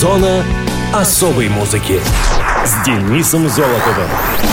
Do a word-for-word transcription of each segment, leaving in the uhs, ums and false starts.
Зона особой музыки с Денисом Золотовым.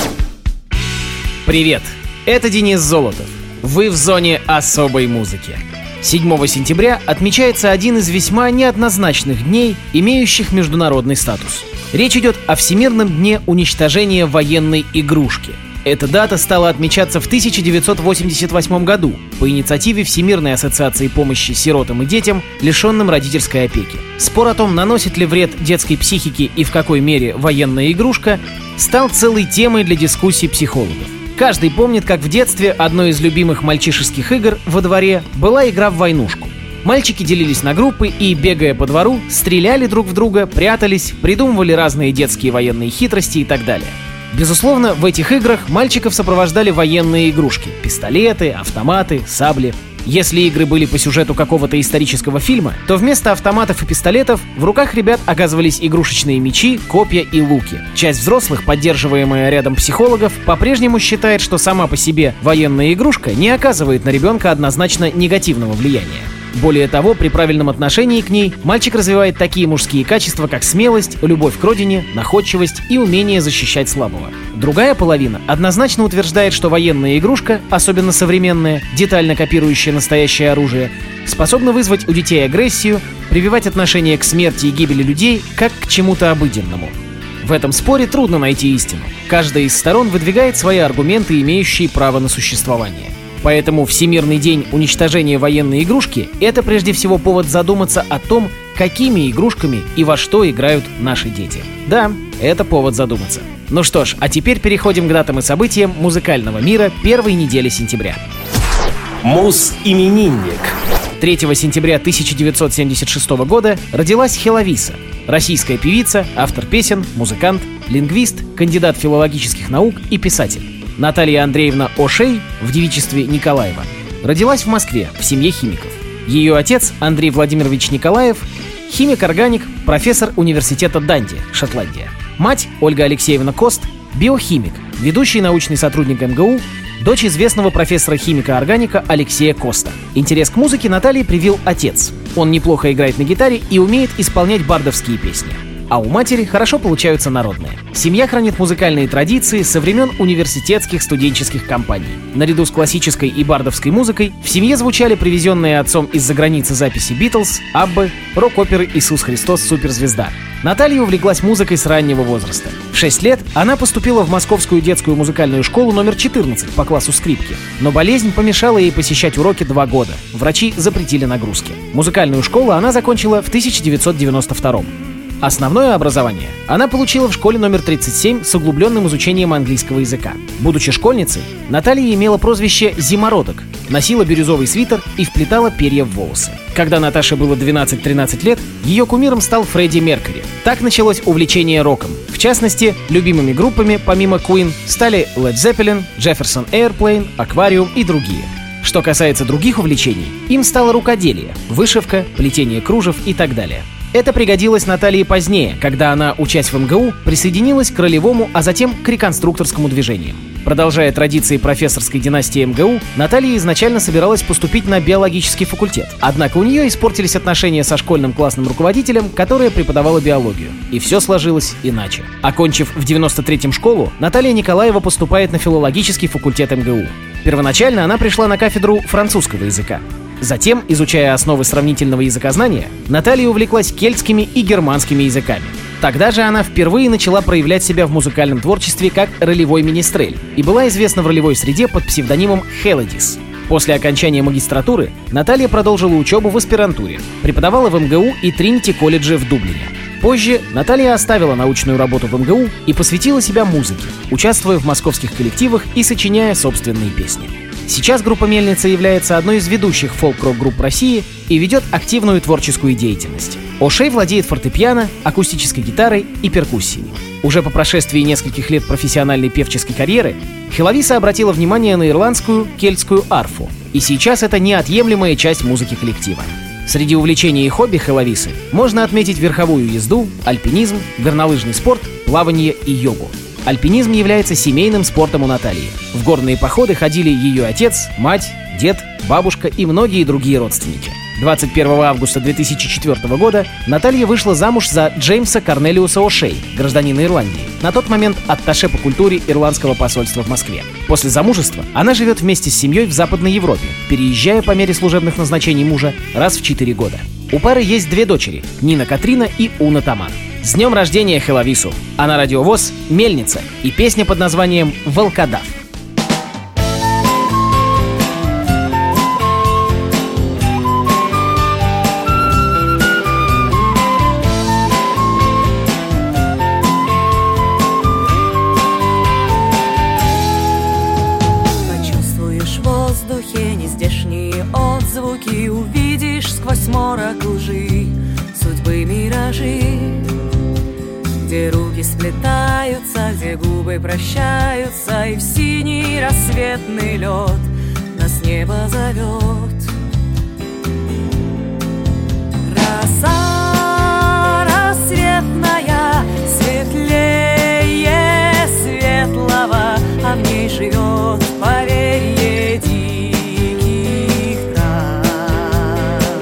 Привет, это Денис Золотов. Вы в зоне особой музыки. седьмого сентября отмечается один из весьма неоднозначных дней, имеющих международный статус. Речь идет о Всемирном дне уничтожения военной игрушки. Эта дата стала отмечаться в тысяча девятьсот восемьдесят восьмом году по инициативе Всемирной ассоциации помощи сиротам и детям, лишенным родительской опеки. Спор о том, наносит ли вред детской психике и в какой мере военная игрушка, стал целой темой для дискуссий психологов. Каждый помнит, как в детстве одной из любимых мальчишеских игр во дворе была игра в войнушку. Мальчики делились на группы и, бегая по двору, стреляли друг в друга, прятались, придумывали разные детские военные хитрости и так далее. Безусловно, в этих играх мальчиков сопровождали военные игрушки – пистолеты, автоматы, сабли. Если игры были по сюжету какого-то исторического фильма, то вместо автоматов и пистолетов в руках ребят оказывались игрушечные мечи, копья и луки. Часть взрослых, поддерживаемая рядом психологов, по-прежнему считает, что сама по себе военная игрушка не оказывает на ребенка однозначно негативного влияния. Более того, при правильном отношении к ней мальчик развивает такие мужские качества, как смелость, любовь к родине, находчивость и умение защищать слабого. Другая половина однозначно утверждает, что военная игрушка, особенно современная, детально копирующая настоящее оружие, способна вызвать у детей агрессию, прививать отношение к смерти и гибели людей как к чему-то обыденному. В этом споре трудно найти истину. Каждая из сторон выдвигает свои аргументы, имеющие право на существование. Поэтому Всемирный день уничтожения военной игрушки – это прежде всего повод задуматься о том, какими игрушками и во что играют наши дети. Да, это повод задуматься. Ну что ж, а теперь переходим к датам и событиям музыкального мира первой недели сентября. Мус-именинник. третьего сентября тысяча девятьсот семьдесят шестого года родилась Хелависа, российская певица, автор песен, музыкант, лингвист, кандидат филологических наук и писатель. Наталья Андреевна Ошей, в девичестве Николаева, родилась в Москве в семье химиков. Ее отец, Андрей Владимирович Николаев, химик-органик, профессор университета Данди, Шотландия. Мать, Ольга Алексеевна Кост, биохимик, ведущий научный сотрудник эм гэ у, дочь известного профессора-химика-органика Алексея Коста. Интерес к музыке Наталье привил отец. Он неплохо играет на гитаре и умеет исполнять бардовские песни. А у матери хорошо получаются народные. Семья хранит музыкальные традиции со времен университетских студенческих компаний. Наряду с классической и бардовской музыкой в семье звучали привезенные отцом из-за границы записи Битлз, Аббы, рок-оперы «Иисус Христос. Суперзвезда». Наталья увлеклась музыкой с раннего возраста. В шесть лет она поступила в Московскую детскую музыкальную школу номер четырнадцать по классу скрипки. Но болезнь помешала ей посещать уроки два года. Врачи запретили нагрузки. Музыкальную школу она закончила в тысяча девятьсот девяносто втором. Основное образование она получила в школе номер тридцать семь с углубленным изучением английского языка. Будучи школьницей, Наталья имела прозвище «Зимородок», носила бирюзовый свитер и вплетала перья в волосы. Когда Наташе было двенадцать-тринадцать лет, ее кумиром стал Фредди Меркьюри. Так началось увлечение роком. В частности, любимыми группами, помимо Queen, стали Led Zeppelin, Jefferson Airplane, Aquarium и другие. Что касается других увлечений, им стало рукоделие, вышивка, плетение кружев и так далее. Это пригодилось Наталье позднее, когда она, учась в эм гэ у, присоединилась к ролевому, а затем к реконструкторскому движению. Продолжая традиции профессорской династии эм гэ у, Наталья изначально собиралась поступить на биологический факультет. Однако у нее испортились отношения со школьным классным руководителем, которая преподавала биологию. И все сложилось иначе. Окончив в девяносто третьем школу, Наталья Николаева поступает на филологический факультет эм гэ у. Первоначально она пришла на кафедру французского языка. Затем, изучая основы сравнительного языкознания, Наталья увлеклась кельтскими и германскими языками. Тогда же она впервые начала проявлять себя в музыкальном творчестве как ролевой министрель и была известна в ролевой среде под псевдонимом Хелладис. После окончания магистратуры Наталья продолжила учебу в аспирантуре, преподавала в эм гэ у и Тринити-колледже в Дублине. Позже Наталья оставила научную работу в эм гэ у и посвятила себя музыке, участвуя в московских коллективах и сочиняя собственные песни. Сейчас группа «Мельница» является одной из ведущих фолк-рок-групп России и ведет активную творческую деятельность. Ошей владеет фортепиано, акустической гитарой и перкуссией. Уже по прошествии нескольких лет профессиональной певческой карьеры Хелависа обратила внимание на ирландскую кельтскую арфу, и сейчас это неотъемлемая часть музыки коллектива. Среди увлечений и хобби Хелависы можно отметить верховую езду, альпинизм, горнолыжный спорт, плавание и йогу. Альпинизм является семейным спортом у Натальи. В горные походы ходили ее отец, мать, дед, бабушка и многие другие родственники. двадцать первого августа две тысячи четвёртого года Наталья вышла замуж за Джеймса Корнелиуса О'Шей, гражданина Ирландии, на тот момент атташе по культуре ирландского посольства в Москве. После замужества она живет вместе с семьей в Западной Европе, переезжая по мере служебных назначений мужа раз в четыре года. У пары есть две дочери – Нина Катрина и Уна Тамара. С днем рождения Хелавису! А на Радио ВОС «Мельница» и песня под названием «Волкодав». Нездешние отзвуки увидишь сквозь морок лжи, судьбы миражи, где руки сплетаются, где губы прощаются, и в синий рассветный лед нас небо зовет. Роса рассветная, светлее светлого, а в ней живет поверье диких трав.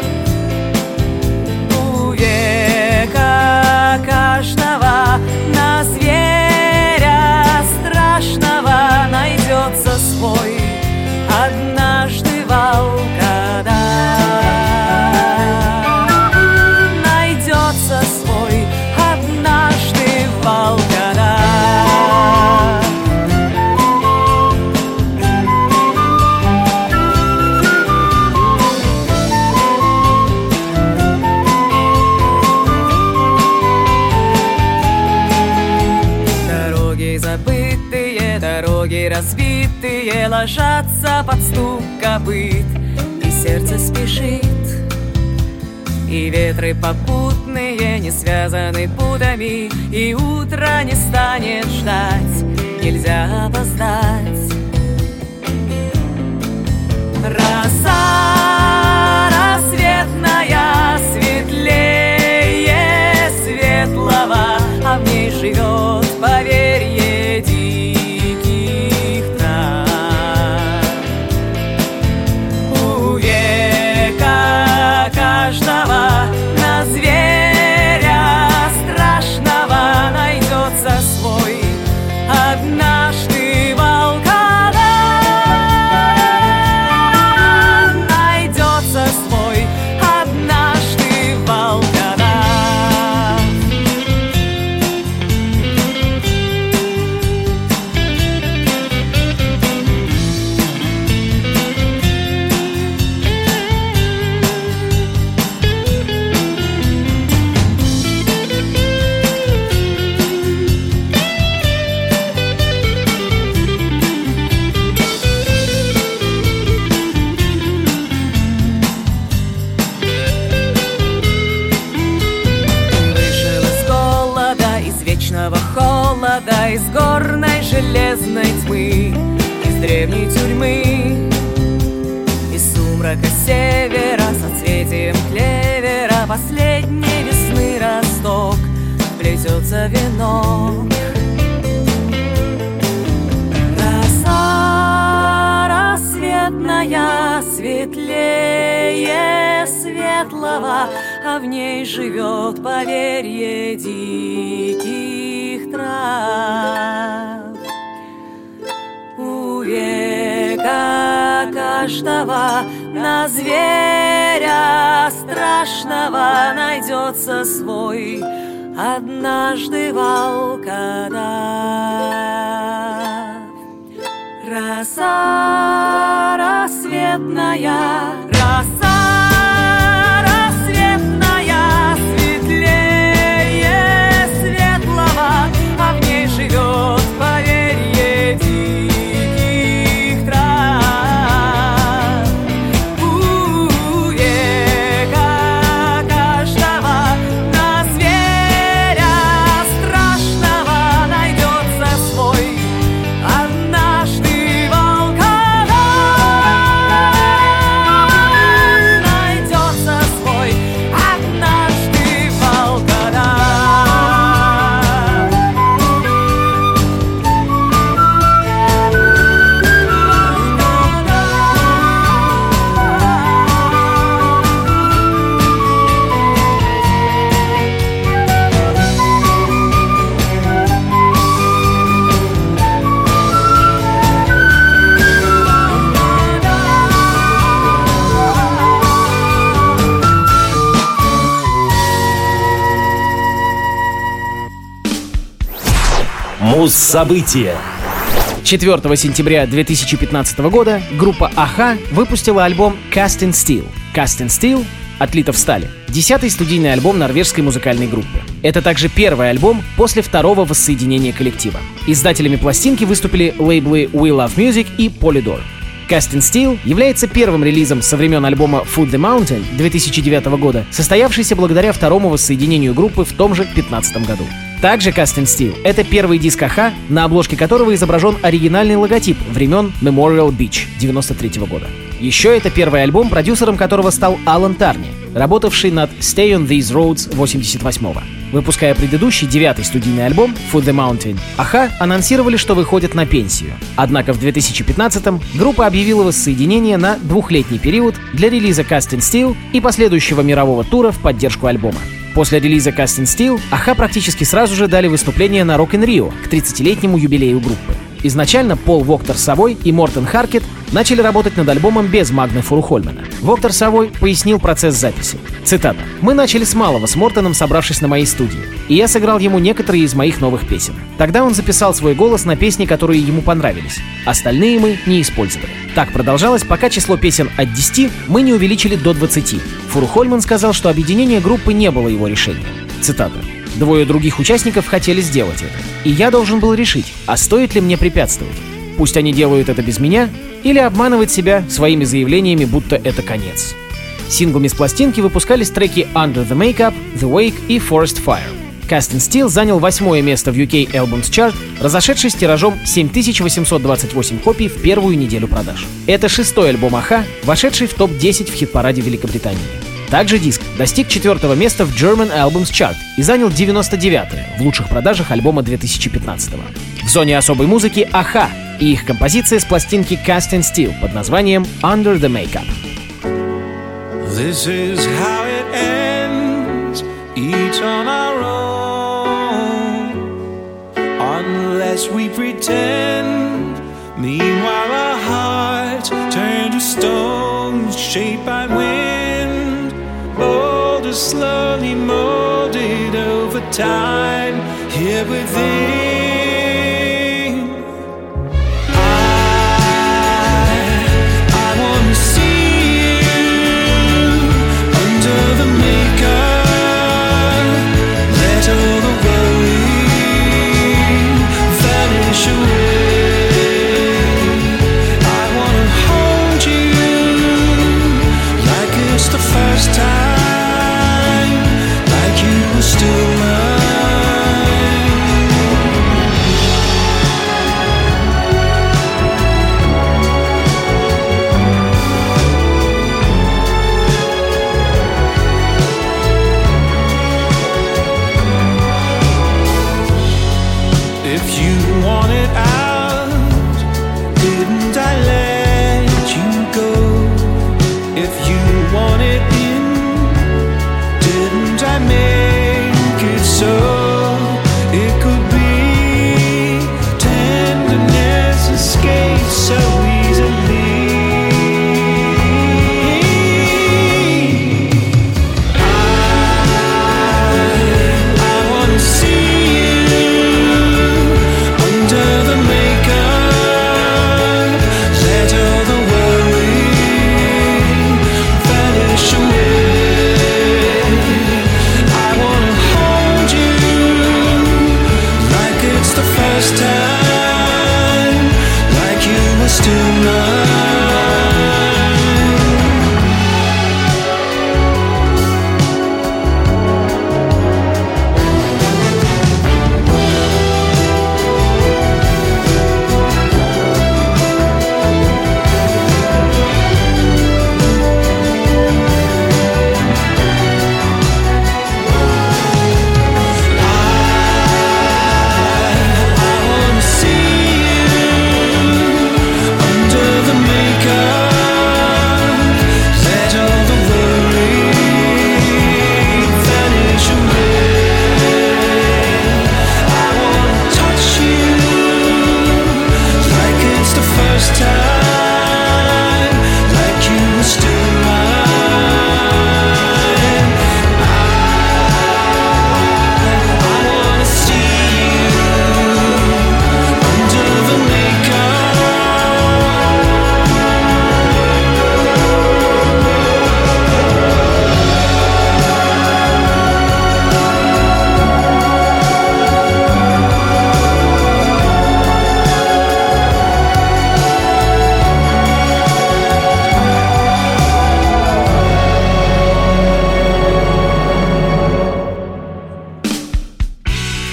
У века каждого на зверя страшного найдется свой однажды волкодав. Найдется свой однажды волкодав. Забытые дороги разбитые ложатся под стук копыт, и сердце спешит, и ветры попутные не связаны путами, и утро не станет ждать, нельзя опоздать. Роса рассветная, светлее светлого, а в ней живет поверье диких трав. У века каждого на зверя страшного найдется свой однажды волкодав. Найдется свой однажды волкодав. Холода, из горной железной тьмы, из древней тюрьмы, из сумрака севера, соцветием клевера последней весны росток плетется венок. Роса рассветная, светлее светлого, а в ней живет поверье диких трав. У века каждого на зверя страшного найдется свой однажды волкодав. Роса рассветная, роса рассветная, светлее светлого, а в ней живет поверье диких трав. У века каждого на зверя страшного найдется свой однажды волкодав. Муз-события. четвёртого сентября две тысячи пятнадцатого года группа а-ха выпустила альбом Cast in Steel. Cast in Steel — отлито в стали. Десятый студийный альбом норвежской музыкальной группы. Это также первый альбом после второго воссоединения коллектива. Издателями пластинки выступили лейблы We Love Music и Polydor. Cast in Steel является первым релизом со времен альбома Food the Mountain две тысячи девятого года, состоявшийся благодаря второму воссоединению группы в том же две тысячи пятнадцатом году. Также Cast in Steel — это первый диск а-ха, на обложке которого изображен оригинальный логотип времен Memorial Beach девяносто третьего года. Еще это первый альбом, продюсером которого стал Алан Тарни, работавший над Stay on These Roads восемьдесят восьмого. Выпуская предыдущий, девятый студийный альбом Food the Mountain, а-ха анонсировали, что выходят на пенсию. Однако в две тысячи пятнадцатом группа объявила воссоединение на двухлетний период для релиза Cast in Steel и последующего мирового тура в поддержку альбома. После релиза Cast in Steel а-ха практически сразу же дали выступление на Rock in Rio к тридцатилетнему юбилею группы. Изначально Пол Воктор Савой и Мортен Харкет начали работать над альбомом без Магны Фурухольмена. Воктор Савой пояснил процесс записи. Цитата. «Мы начали с малого с Мортеном, собравшись на моей студии, и я сыграл ему некоторые из моих новых песен. Тогда он записал свой голос на песни, которые ему понравились. Остальные мы не использовали. Так продолжалось, пока число песен от десяти мы не увеличили до двадцати. Фурухольмен сказал, что объединение группы не было его решением». Цитата. «Двое других участников хотели сделать это, и я должен был решить, а стоит ли мне препятствовать. Пусть они делают это без меня или обманывать себя своими заявлениями, будто это конец». Синглами с пластинки выпускались треки Under the Makeup, The Wake и Forest Fire. Cast in Steel занял восьмое место в ю кей Albums Chart, разошедшись тиражом семь тысяч восемьсот двадцать восемь копий в первую неделю продаж. Это шестой альбом а-ха, вошедший в топ десять в хит-параде Великобритании. Также диск достиг четвертого места в German Albums Chart и занял девяносто девятое в лучших продажах альбома две тысячи пятнадцатого. В зоне особой музыки а-ха и их композиция с пластинки Cast in Steel под названием Under the Makeup. This is how it ends, each on our own, unless we pretend. Meanwhile our hearts turn to stones, shaped by wind, molded slowly, molded over time, here within. Under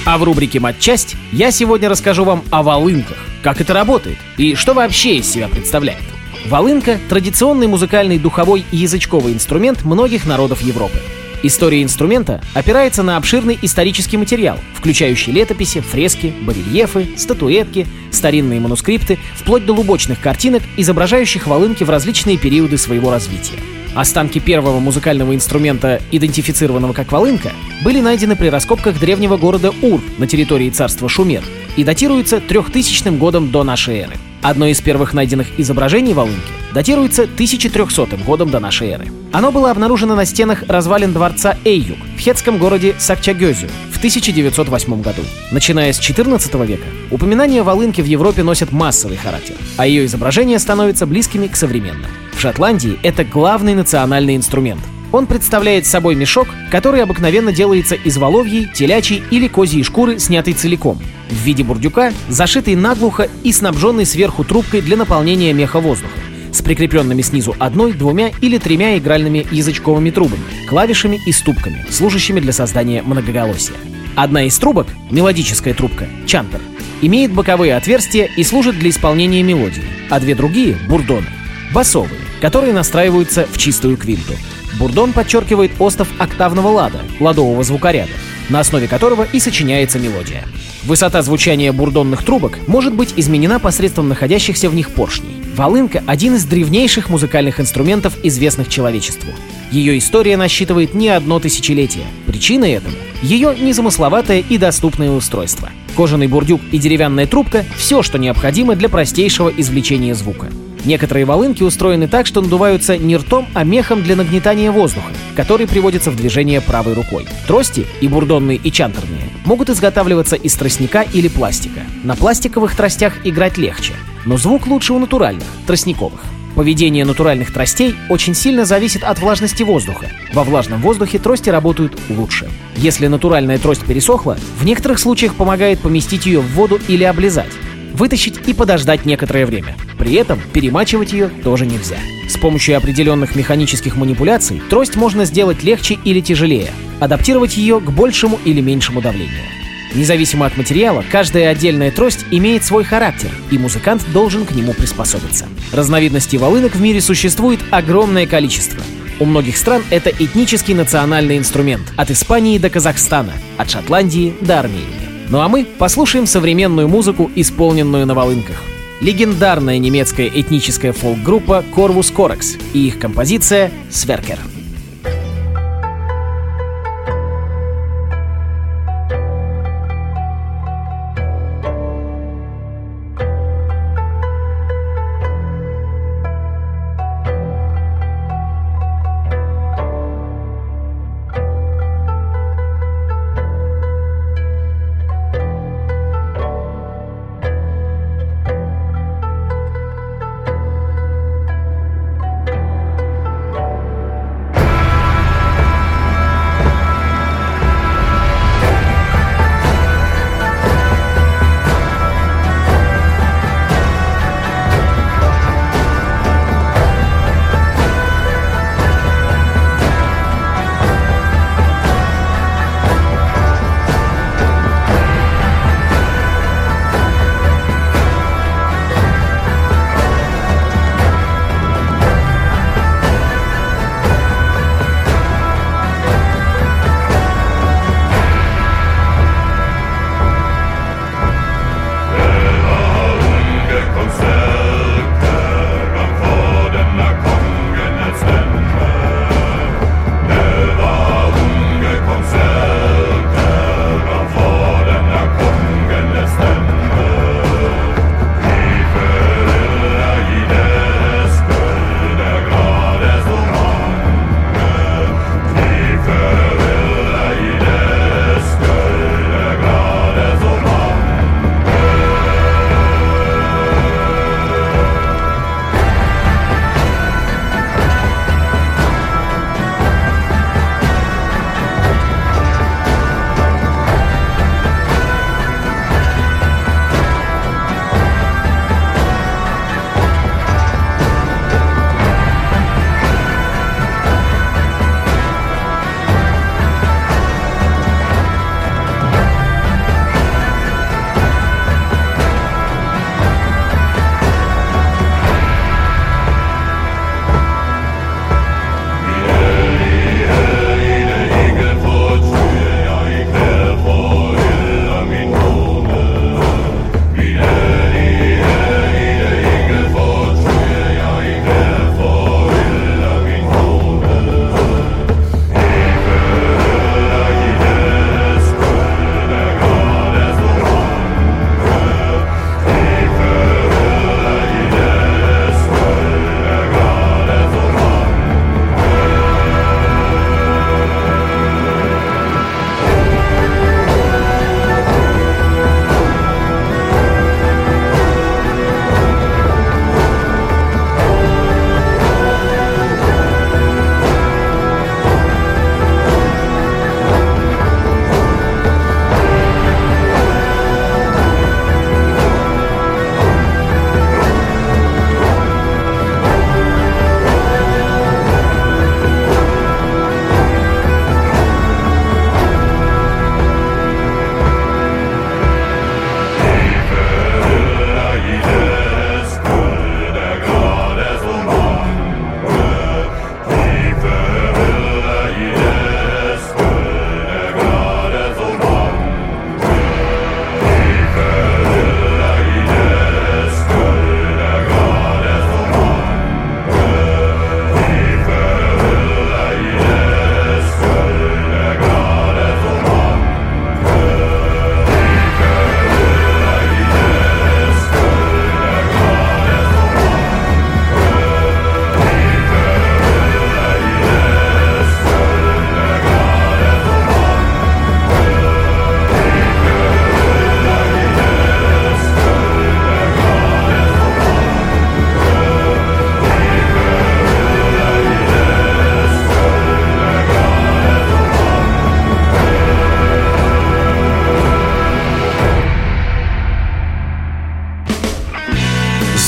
А в рубрике «Матчасть» я сегодня расскажу вам о волынках, как это работает и что вообще из себя представляет. Волынка – традиционный музыкальный духовой и язычковый инструмент многих народов Европы. История инструмента опирается на обширный исторический материал, включающий летописи, фрески, барельефы, статуэтки, старинные манускрипты, вплоть до лубочных картинок, изображающих волынки в различные периоды своего развития. Останки первого музыкального инструмента, идентифицированного как волынка, были найдены при раскопках древнего города Ур на территории царства Шумер и датируются трехтысячным годом до нашей эры. Одно из первых найденных изображений волынки датируется тысяча трехсотым годом до нашей эры. Оно было обнаружено на стенах развалин дворца Эйюк в хеттском городе Сакчагезю в тысяча девятьсот восьмом году. Начиная с четырнадцатого века, упоминания волынки в Европе носят массовый характер, а ее изображения становятся близкими к современным. В Шотландии это главный национальный инструмент. Он представляет собой мешок, который обыкновенно делается из воловьей, телячьей или козьей шкуры, снятой целиком, в виде бурдюка, зашитый наглухо и снабженный сверху трубкой для наполнения меха воздуха, с прикрепленными снизу одной, двумя или тремя игральными язычковыми трубами, клавишами и ступками, служащими для создания многоголосия. Одна из трубок, мелодическая трубка, чантер, имеет боковые отверстия и служит для исполнения мелодии, а две другие, бурдоны, басовые, которые настраиваются в чистую квинту. Бурдон подчеркивает остов октавного лада, ладового звукоряда, на основе которого и сочиняется мелодия. Высота звучания бурдонных трубок может быть изменена посредством находящихся в них поршней. Волынка – один из древнейших музыкальных инструментов, известных человечеству. Ее история насчитывает не одно тысячелетие. Причиной этому – ее незамысловатое и доступное устройство. Кожаный бурдюк и деревянная трубка – все, что необходимо для простейшего извлечения звука. Некоторые волынки устроены так, что надуваются не ртом, а мехом для нагнетания воздуха, который приводится в движение правой рукой. Трости, и бурдонные, и чантерные, могут изготавливаться из тростника или пластика. На пластиковых тростях играть легче, но звук лучше у натуральных, тростниковых. Поведение натуральных тростей очень сильно зависит от влажности воздуха. Во влажном воздухе трости работают лучше. Если натуральная трость пересохла, в некоторых случаях помогает поместить ее в воду или облизать, вытащить и подождать некоторое время. При этом перемачивать ее тоже нельзя. С помощью определенных механических манипуляций трость можно сделать легче или тяжелее, адаптировать ее к большему или меньшему давлению. Независимо от материала, каждая отдельная трость имеет свой характер, и музыкант должен к нему приспособиться. Разновидностей волынок в мире существует огромное количество. У многих стран это этнический национальный инструмент, от Испании до Казахстана, от Шотландии до Армении. Ну а мы послушаем современную музыку, исполненную на волынках. Легендарная немецкая этническая фолк-группа Corvus Corax и их композиция «Сверкер».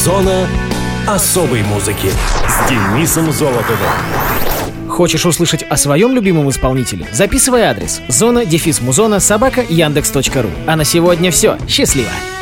Зона особой музыки с Денисом Золотовым. Хочешь услышать о своем любимом исполнителе? Записывай адрес: зона дефис музона собака яндекс точка ру. А на сегодня все. Счастливо!